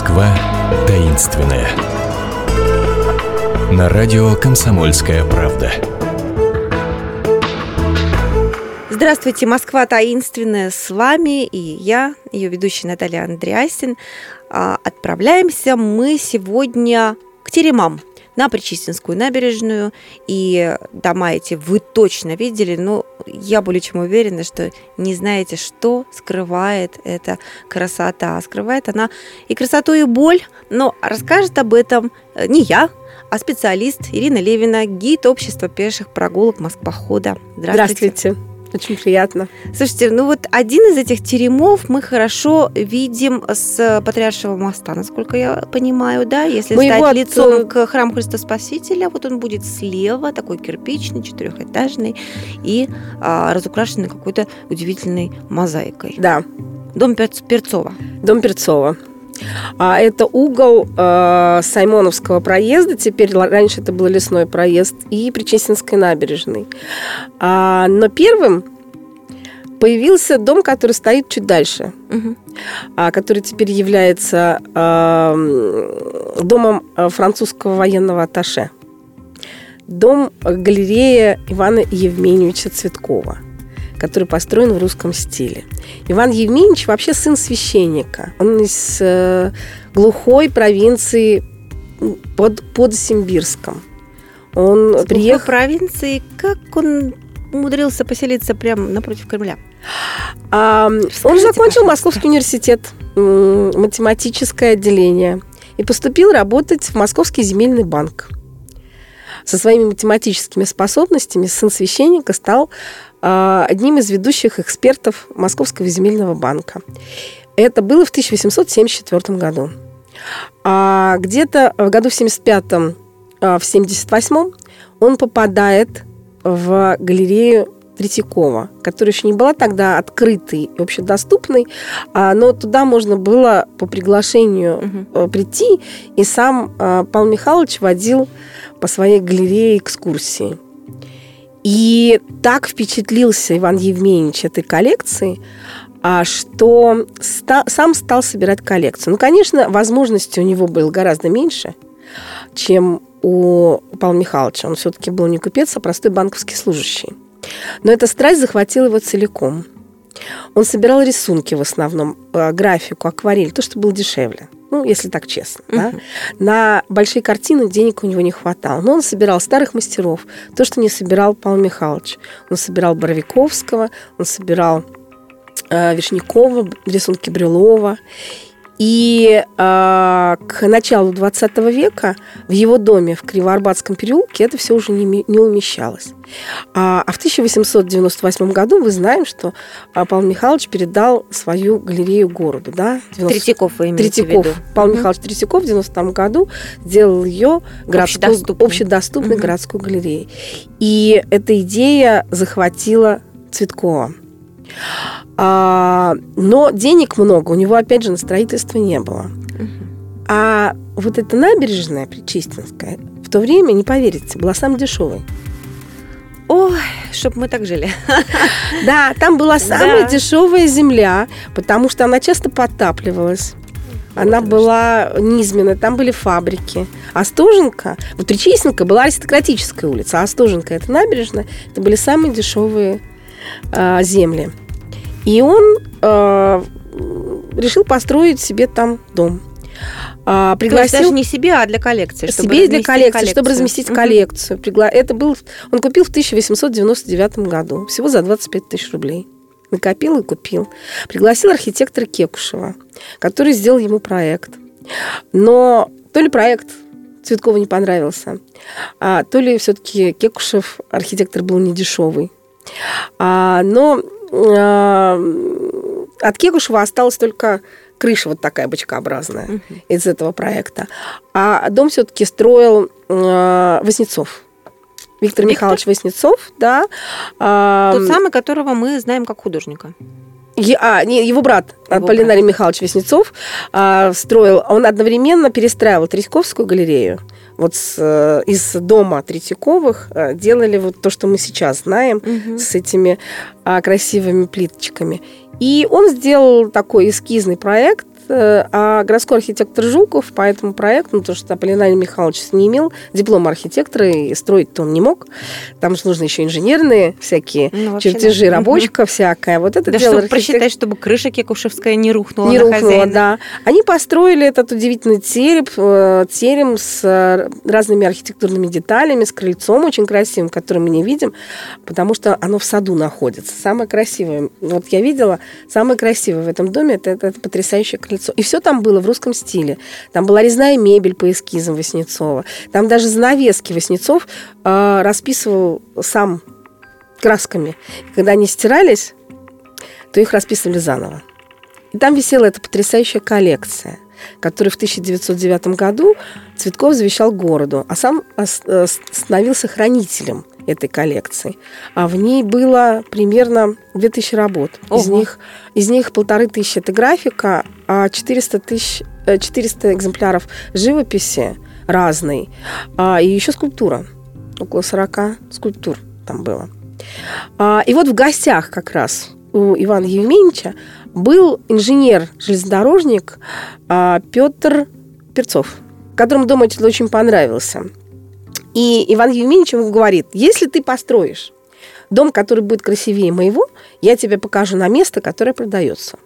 Москва таинственная. На радио «Комсомольская правда». Здравствуйте, Москва таинственная, с вами и я, ее ведущая Наталья Андреасин. Отправляемся мы сегодня к Теремам, на Причистинскую набережную. И дома эти вы точно видели, но я более чем уверена, что не знаете, что скрывает эта красота. Скрывает она и красоту, и боль, но расскажет об этом не я, а специалист Ирина Левина, гид общества пеших прогулок Москвохода. Здравствуйте. Очень приятно. Слушайте, один из этих теремов мы хорошо видим с Патриаршего моста, насколько я понимаю, да? Если стать лицом к храму Христа Спасителя, он будет слева, такой кирпичный, 4-этажный и разукрашенный какой-то удивительной мозаикой. Да. Дом Перцова. Дом Перцова. Это угол Саймоновского проезда, теперь раньше это был Лесной проезд, и Причистинской набережной. Но первым появился дом, который стоит чуть дальше, который теперь является домом французского военного атташе. Дом-галерея Ивана Евменьевича Цветкова, который построен в русском стиле. Иван Евменьевич вообще сын священника. Он из глухой провинции под Симбирском. Он приехал в провинции. Как он умудрился поселиться прямо напротив Кремля? Он закончил Московский университет, математическое отделение, и поступил работать в Московский земельный банк. Со своими математическими способностями сын священника стал одним из ведущих экспертов Московского земельного банка. Это было в 1874 году. А где-то в году в 75-м, в 78-м он попадает в галерею Третьякова, которая еще не была тогда открытой и общедоступной, но туда можно было по приглашению прийти, и сам Павел Михайлович водил по своей галерее экскурсии. И так впечатлился Иван Евменьевич этой коллекцией, что сам стал собирать коллекцию. Конечно, возможностей у него было гораздо меньше, чем у Павла Михайловича. Он все-таки был не купец, а простой банковский служащий. Но эта страсть захватила его целиком. Он собирал рисунки в основном, графику, акварель, то, что было дешевле. Если так честно. Да? На большие картины денег у него не хватало. Но он собирал старых мастеров, то, что не собирал Павел Михайлович. Он собирал Боровиковского, он собирал Вишнякова, рисунки Брюлова. И к началу 20 века в его доме в Кривоарбатском переулке это все уже не умещалось. А в 1898 году мы знаем, что Павел Михайлович передал свою галерею городу. Да? Третьяков вы имеете в виду? Павел Михайлович Третьяков в 90-м году сделал ее общедоступной городской галереей. И эта идея захватила Цветкова. Но денег много, у него, опять же, на строительство не было. А эта набережная Причистинская в то время, не поверите, была самой дешевой. Ой, чтоб мы так жили. Да, там была самая дешевая земля, потому что она часто подтапливалась. Она была низменная, там были фабрики. Остоженка, Причистинка была аристократическая улица, а Остоженка, это набережная, это были самые дешевые земли. И он решил построить себе там дом. Пригласил... То есть даже не себе, а для коллекции. Себе для коллекции, чтобы разместить коллекцию. Он купил в 1899 году, всего за 25 тысяч рублей. Накопил и купил. Пригласил архитектора Кекушева, который сделал ему проект. Но то ли проект Цветкову не понравился, то ли все-таки Кекушев, архитектор, был недешевый. Но от Кекушева осталась только крыша такая бочкообразная из этого проекта. А дом все-таки строил Васнецов. Виктор Михайлович Васнецов, да. Тот самый, которого мы знаем как художника. Его брат Полинарий Михайлович Васнецов строил. Он одновременно перестраивал Третьяковскую галерею. Из дома Третьяковых делали то, что мы сейчас знаем, с этими красивыми плиточками. И он сделал такой эскизный проект а городской архитектор Жуков по этому проекту, потому что Аполлинарий Михайлович не имел диплома архитектора, и строить-то он не мог. Там же нужны еще инженерные всякие чертежи, рабочка всякая. Вот это да, дело чтобы просчитать, чтобы крыша кекушевская не рухнула не на рухнула, хозяина. да. Они построили этот удивительный терем с разными архитектурными деталями, с крыльцом очень красивым, который мы не видим, потому что оно в саду находится. Самое красивое. Вот я видела, самое красивое в этом доме это потрясающее крыльцо. И все там было в русском стиле. Там была резная мебель по эскизам Васнецова. Там даже занавески Васнецов расписывал сам красками. И когда они стирались, то их расписывали заново. И там висела эта потрясающая коллекция, которую в 1909 году Цветков завещал городу, а сам становился хранителем этой коллекции. А в ней было примерно 2000 работ. Из них 1500 это графика, а 400 экземпляров живописи разной, и еще скульптура. Около 40 скульптур там было. И вот в гостях как раз у Ивана Евменьевича был инженер-железнодорожник Петр Перцов, которому дом этот очень понравился. И Иван Евменьевич ему говорит: если ты построишь дом, который будет красивее моего, я тебе покажу на место, которое продается.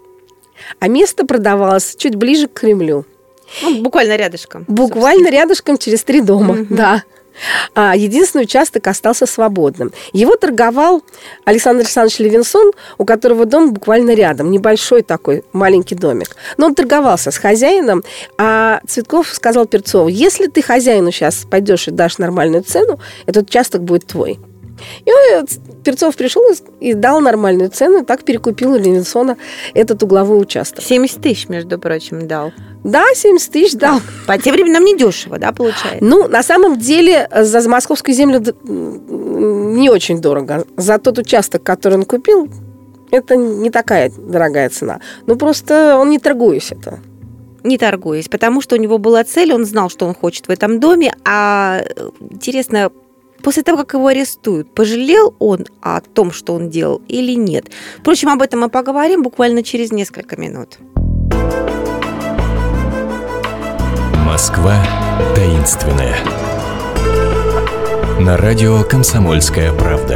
А место продавалось чуть ближе к Кремлю. Ну, буквально рядышком. Буквально рядышком, через 3 дома, да. Единственный участок остался свободным. Его торговал Александр Александрович Левинсон, у которого дом буквально рядом, небольшой такой маленький домик. Но он торговался с хозяином, а Цветков сказал Перцову: если ты хозяину сейчас пойдешь и дашь нормальную цену, этот участок будет твой. И Перцов пришел и дал нормальную цену, и так перекупил у Левинсона этот угловой участок. 70 тысяч, между прочим, дал. Да, 70 тысяч дал. По тем временам недешево, да, получается? Ну, на самом деле, за московскую землю не очень дорого. За тот участок, который он купил, это не такая дорогая цена. Ну, просто он не торгуясь это. Не торгуясь, потому что у него была цель, он знал, что он хочет в этом доме. А интересно, после того, как его арестуют, пожалел он о том, что он делал, или нет? Впрочем, об этом мы поговорим буквально через несколько минут. Москва таинственная. На радио «Комсомольская правда».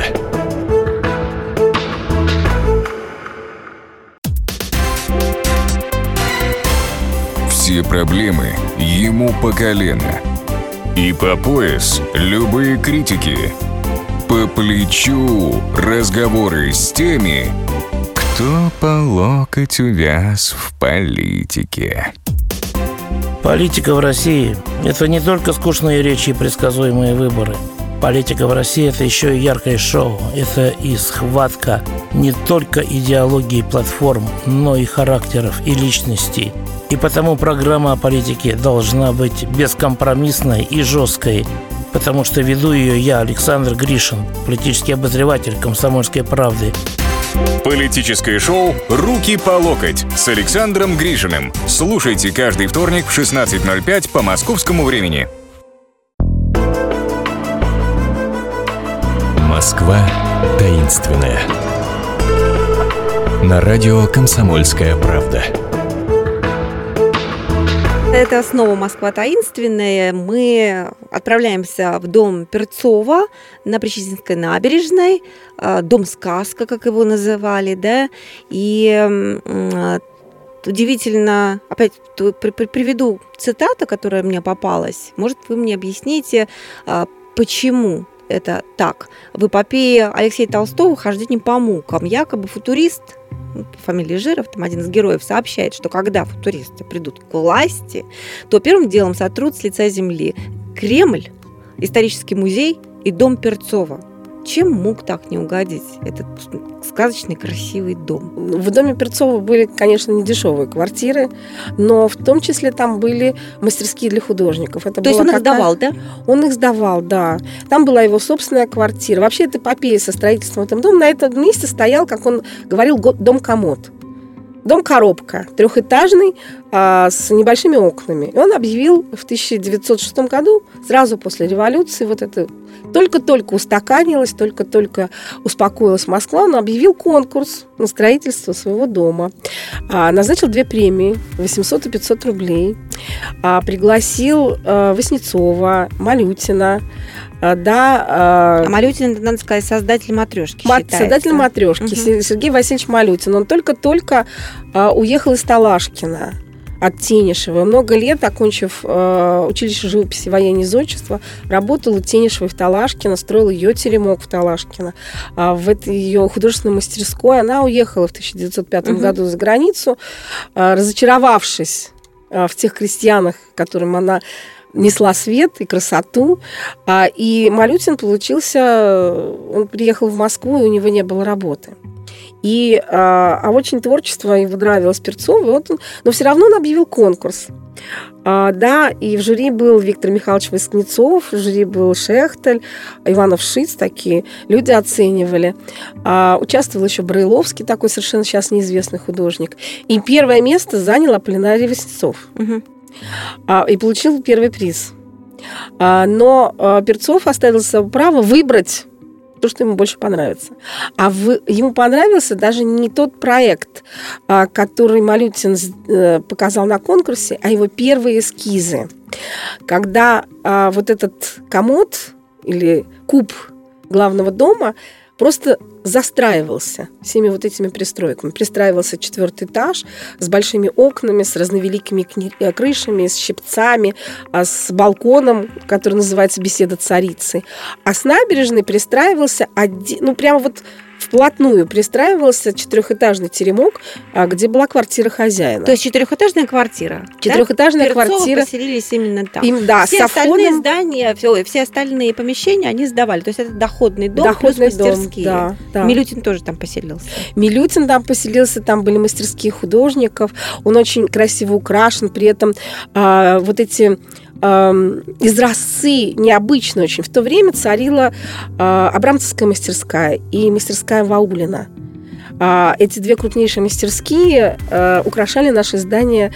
Все проблемы ему по колено. И по пояс любые критики. По плечу разговоры с теми, кто по локоть увяз в политике. Политика в России – это не только скучные речи и предсказуемые выборы. Политика в России – это еще и яркое шоу. Это и схватка не только идеологии платформ, но и характеров и личностей. И потому программа о политике должна быть бескомпромиссной и жесткой, потому что веду ее я, Александр Гришин, политический обозреватель «Комсомольской правды». Политическое шоу «Руки по локоть» с Александром Гришиным. Слушайте каждый вторник в 16:05 по московскому времени. Москва таинственная. На радио «Комсомольская правда». Это снова «Москва таинственная». Мы отправляемся в дом Перцова на Причистинской набережной, дом-сказка, как его называли, да, и удивительно, опять приведу цитату, которая мне попалась. Может, вы мне объясните, почему это так. В эпопее Алексея Толстого «Хождение по мукам» якобы футурист, по фамилии Жиров, там один из героев, сообщает, что когда футуристы придут к власти, то первым делом сотрут с лица земли Кремль, исторический музей и дом Перцова. Чем мог так не угодить этот сказочный красивый дом? В доме Перцова были, конечно, недешевые квартиры, но в том числе там были мастерские для художников. Это то есть он их сдавал, да? Он их сдавал, да. Там была его собственная квартира. Вообще, это эпопея со строительством этого дома. На этом месте стоял, как он говорил, дом-комод. Дом-коробка, 3-этажный, с небольшими окнами. И он объявил в 1906 году, сразу после революции, вот это только-только устаканилось, только-только успокоилась Москва, он объявил конкурс на строительство своего дома. назначил 2 премии, 800 и 500 рублей, пригласил Васнецова, Малютина, Малютин, надо сказать, создатель «Матрешки» создатель «Матрешки», Сергей Васильевич Малютин. Он только-только уехал из Талашкина от Тенишева. Много лет, окончив училище живописи, военное зодчество, работал у Тенишевой в Талашкино, строил ее теремок в Талашкино. В этой ее художественной мастерской она уехала в 1905 году за границу, разочаровавшись в тех крестьянах, которым она несла свет и красоту. И Малютин он приехал в Москву, и у него не было работы. Очень творчество его нравилось Перцову, но все равно он объявил конкурс. И в жюри был Виктор Михайлович Воскнецов, в жюри был Шехтель, Иванов Шиц, такие люди оценивали. Участвовал еще Брайловский, такой совершенно сейчас неизвестный художник. И первое место занял Аполлинарий Воснецов. И получил первый приз. Но Перцов оставил себе право выбрать то, что ему больше понравится. Ему понравился даже не тот проект, который Малютин показал на конкурсе, а его первые эскизы. Когда вот этот комод или куб главного дома просто застраивался всеми вот этими пристройками. Пристраивался 4-й этаж с большими окнами, с разновеликими крышами, с щипцами, с балконом, который называется «Беседа царицы». А с набережной пристраивался прямо вот вплотную пристраивался 4-этажный теремок, где была квартира хозяина. То есть 4-этажная квартира? 4-этажная квартира. Поселились именно там. Все остальные здания, все остальные помещения они сдавали. То есть это доходный дом плюс мастерские. Да. Милютин тоже там поселился. Милютин там поселился, там были мастерские художников. Он очень красиво украшен, при этом вот эти изразцы необычные очень. В то время царила Абрамцевская мастерская и мастерская Ваулина. Эти 2 крупнейшие мастерские украшали наши здания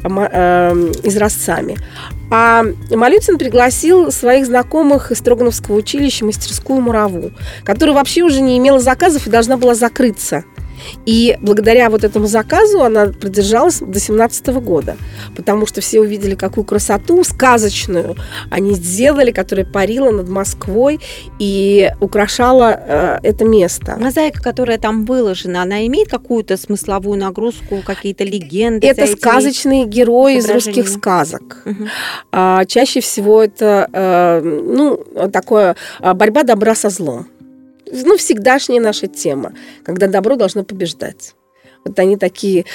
изразцами. А Малютин пригласил своих знакомых из Строгановского училища мастерскую Мураву, которая вообще уже не имела заказов и должна была закрыться. И благодаря вот этому заказу она продержалась до 17 года, потому что все увидели, какую красоту сказочную они сделали, которая парила над Москвой и украшала это место. Мозаика, которая там выложена, она имеет какую-то смысловую нагрузку, какие-то легенды? Это сказочные герои из русских сказок. Чаще всего это такое борьба добра со злом. Всегдашняя наша тема, когда добро должно побеждать. Вот они такие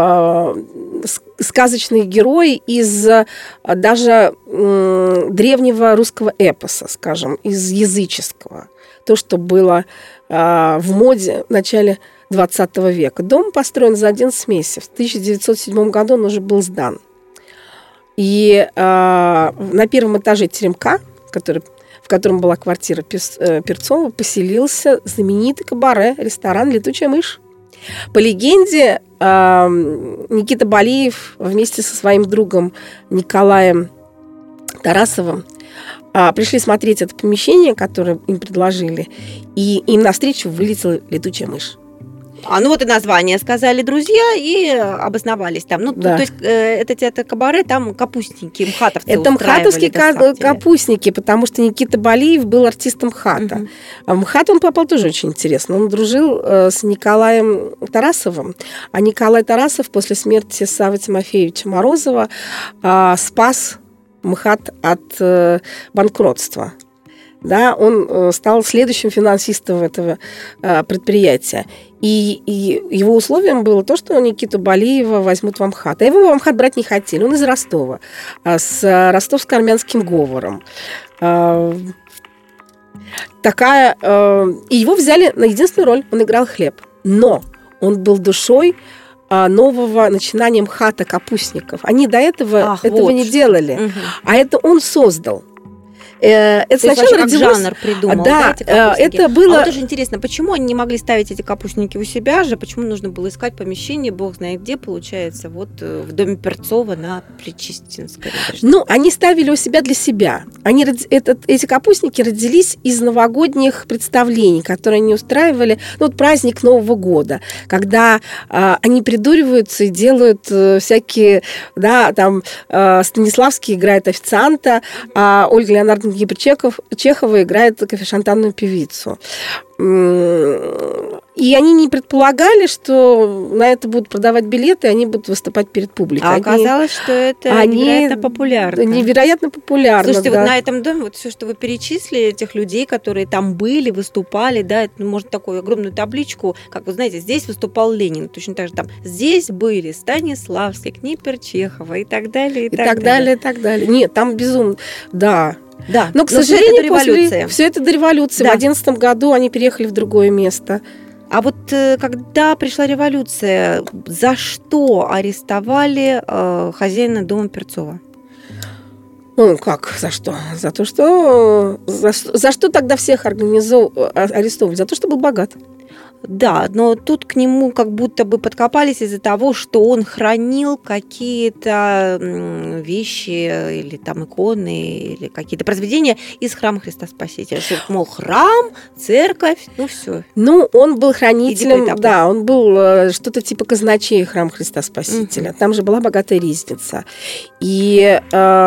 сказочные герои из даже древнего русского эпоса, скажем, из языческого. То, что было в моде в начале 20 века. Дом построен за 11 месяцев. В 1907 году он уже был сдан. И на 1-м этаже теремка, в котором была квартира Перцова, поселился знаменитый кабаре, ресторан «Летучая мышь». По легенде, Никита Балиев вместе со своим другом Николаем Тарасовым пришли смотреть это помещение, которое им предложили, и им навстречу вылетела летучая мышь. Вот и название сказали друзья и обосновались там. То есть это кабаре, там капустники, МХАТовцы. Это МХАТовские капустники, потому что Никита Балиев был артистом МХАТа. А в МХАТ он попал тоже очень интересно. Он дружил с Николаем Тарасовым, а Николай Тарасов после смерти Саввы Тимофеевича Морозова спас МХАТ от банкротства. Да, он стал следующим финансистом этого предприятия. И его условием было то, что Никиту Балиева возьмут в МХАТ. А его в МХАТ брать не хотели. Он из Ростова, с ростовско-армянским говором. И его взяли на единственную роль. Он играл хлеб. Но он был душой нового начинания МХАТа капустников. Они до этого не делали. А это он создал. Это сначала родилось... жанр придумал, да, эти капустники? это было... А вот очень интересно, почему они не могли ставить эти капустники у себя же, почему нужно было искать помещение, бог знает где, получается, вот в доме Перцова на Причистинской. Ну, они ставили у себя для себя. Эти капустники родились из новогодних представлений, которые они устраивали, ну, вот праздник Нового года, когда они придуриваются и делают всякие, да, там Станиславский играет официанта, а Ольга Леонардовна Чехова играет кофешантанную певицу. И они не предполагали, что на это будут продавать билеты, и они будут выступать перед публикой. А оказалось, что это невероятно популярно. Невероятно популярно. Слушайте, да. вот на этом доме, вот все, что вы перечислили, этих людей, которые там были, выступали, да, это можно такую огромную табличку, как вы знаете, здесь выступал Ленин, точно так же там, здесь были Станиславский, Книпер, Чехова и так далее, и так далее. И так далее. Нет, там безумно, да. Да, но, к сожалению, все это до революции. Да. В 2011 году они переехали в другое место. А вот когда пришла революция, за что арестовали хозяина дома Перцова? Ну, как, за что? За то, что... За что тогда всех арестовывали? За то, что был богат. Да, но тут к нему как будто бы подкопались из-за того, что он хранил какие-то вещи или там иконы, или какие-то произведения из храма Христа Спасителя. Что, мол, храм, церковь, ну все. Ну, он был хранителем, да, он был что-то типа казначея храма Христа Спасителя. Там же была богатая ризница. И...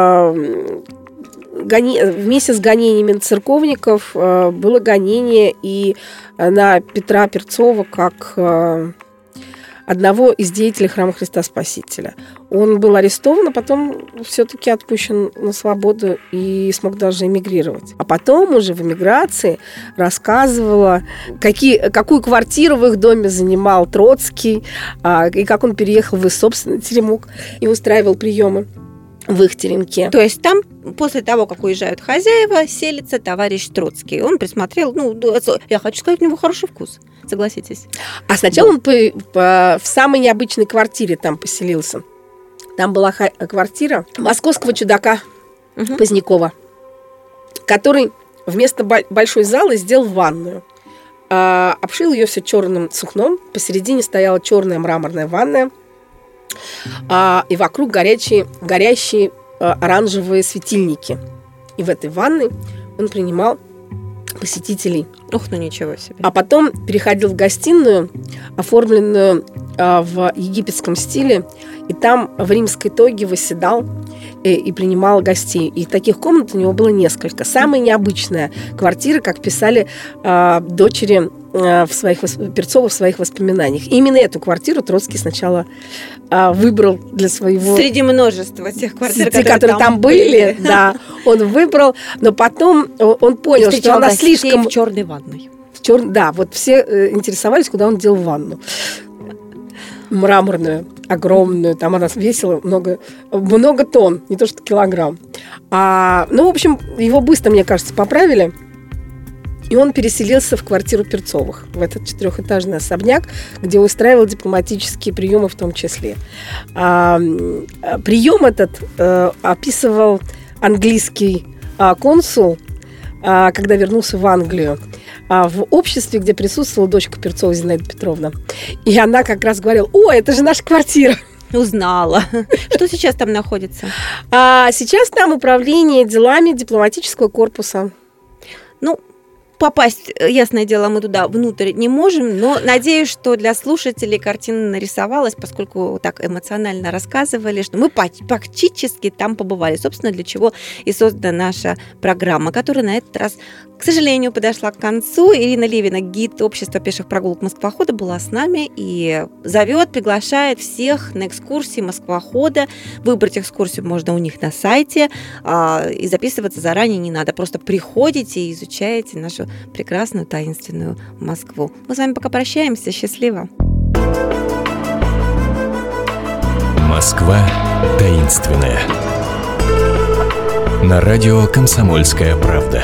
вместе с гонениями на церковников было гонение и на Петра Перцова как одного из деятелей храма Христа Спасителя. Он был арестован, а потом все-таки отпущен на свободу и смог даже эмигрировать. А потом уже в эмиграции рассказывала, какую квартиру в их доме занимал Троцкий, и как он переехал в их собственный теремок и устраивал приемы в их теремке. То есть там после того, как уезжают хозяева, селится товарищ Троцкий. Он присмотрел, я хочу сказать, у него хороший вкус, согласитесь. А сначала он в самой необычной квартире там поселился. Там была квартира московского чудака Позднякова, который вместо большой залы сделал ванную. Обшил ее все черным сукном. Посередине стояла черная мраморная ванная. И вокруг горящие оранжевые светильники. И в этой ванной он принимал посетителей. Ух, ну ничего себе. А потом переходил в гостиную, оформленную в египетском стиле, и там в римской тоге восседал и принимал гостей. И таких комнат у него было несколько. Самая необычная квартира, как писали дочери Перцова в своих воспоминаниях. И именно эту квартиру Троцкий сначала выбрал для своего... Среди множества тех квартир, которые там были, да, он выбрал, но потом он понял, что она слишком... в черной ванной. Да, вот все интересовались, куда он делал ванну. Мраморную, огромную, там она весила много тонн, не то что килограмм. В общем, его быстро, мне кажется, поправили. И он переселился в квартиру Перцовых, в этот 4-этажный особняк, где устраивал дипломатические приемы в том числе. Прием этот описывал английский консул, когда вернулся в Англию, в обществе, где присутствовала дочка Перцова Зинаида Петровна. И она как раз говорила: «О, это же наша квартира». Узнала. Что сейчас там находится? Сейчас там управление делами дипломатического корпуса. Попасть, ясное дело, мы туда внутрь не можем, но надеюсь, что для слушателей картина нарисовалась, поскольку так эмоционально рассказывали, что мы практически там побывали. Собственно, для чего и создана наша программа, которая на этот раз, к сожалению, подошла к концу. Ирина Левина, гид общества пеших прогулок Москвохода, была с нами и приглашает всех на экскурсии Москвохода. Выбрать экскурсию можно у них на сайте, и записываться заранее не надо. Просто приходите и изучаете нашу прекрасную таинственную Москву. Мы с вами пока прощаемся. Счастливо. Москва таинственная. На радио «Комсомольская правда».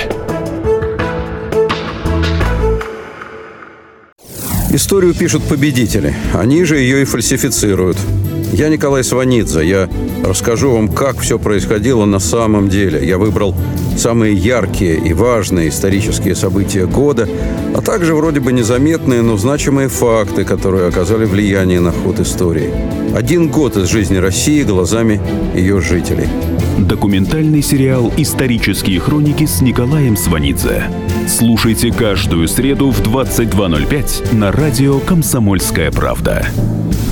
Историю пишут победители. Они же ее и фальсифицируют. Я Николай Сванидзе. Я расскажу вам, как все происходило на самом деле. Я выбрал самые яркие и важные исторические события года, а также вроде бы незаметные, но значимые факты, которые оказали влияние на ход истории. 1 год из жизни России глазами ее жителей. Документальный сериал «Исторические хроники» с Николаем Сванидзе. Слушайте каждую среду в 22:05 на радио «Комсомольская правда».